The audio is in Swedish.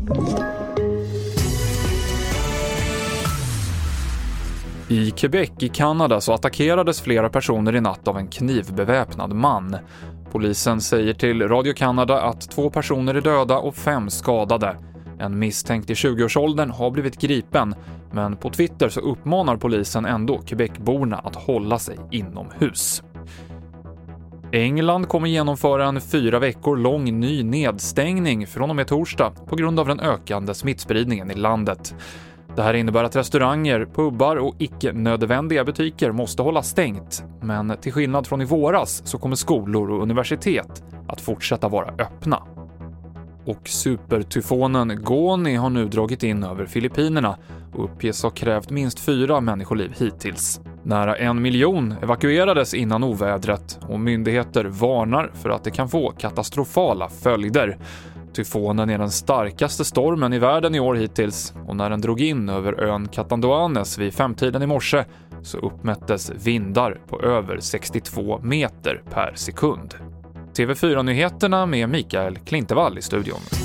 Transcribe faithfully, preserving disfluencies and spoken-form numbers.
I Quebec i Kanada så attackerades flera personer i natt av en knivbeväpnad man. Polisen säger till Radio Kanada att två personer är döda och fem skadade. En misstänkt i tjugoårsåldern har blivit gripen, men på Twitter så uppmanar polisen ändå Quebecborna att hålla sig inomhus. England kommer genomföra en fyra veckor lång ny nedstängning från och med torsdag på grund av den ökande smittspridningen i landet. Det här innebär att restauranger, pubbar och icke-nödvändiga butiker måste hålla stängt, men till skillnad från i våras så kommer skolor och universitet att fortsätta vara öppna. Och supertyfonen Goni har nu dragit in över Filippinerna och uppges ha krävt minst fyra människoliv hittills. Nära en miljon evakuerades innan ovädret och myndigheter varnar för att det kan få katastrofala följder. Tyfonen är den starkaste stormen i världen i år hittills och när den drog in över ön Catanduanes vid femtiden i morse så uppmättes vindar på över sextiotvå meter per sekund. T V fyra-nyheterna med Mikael Klintevall i studion.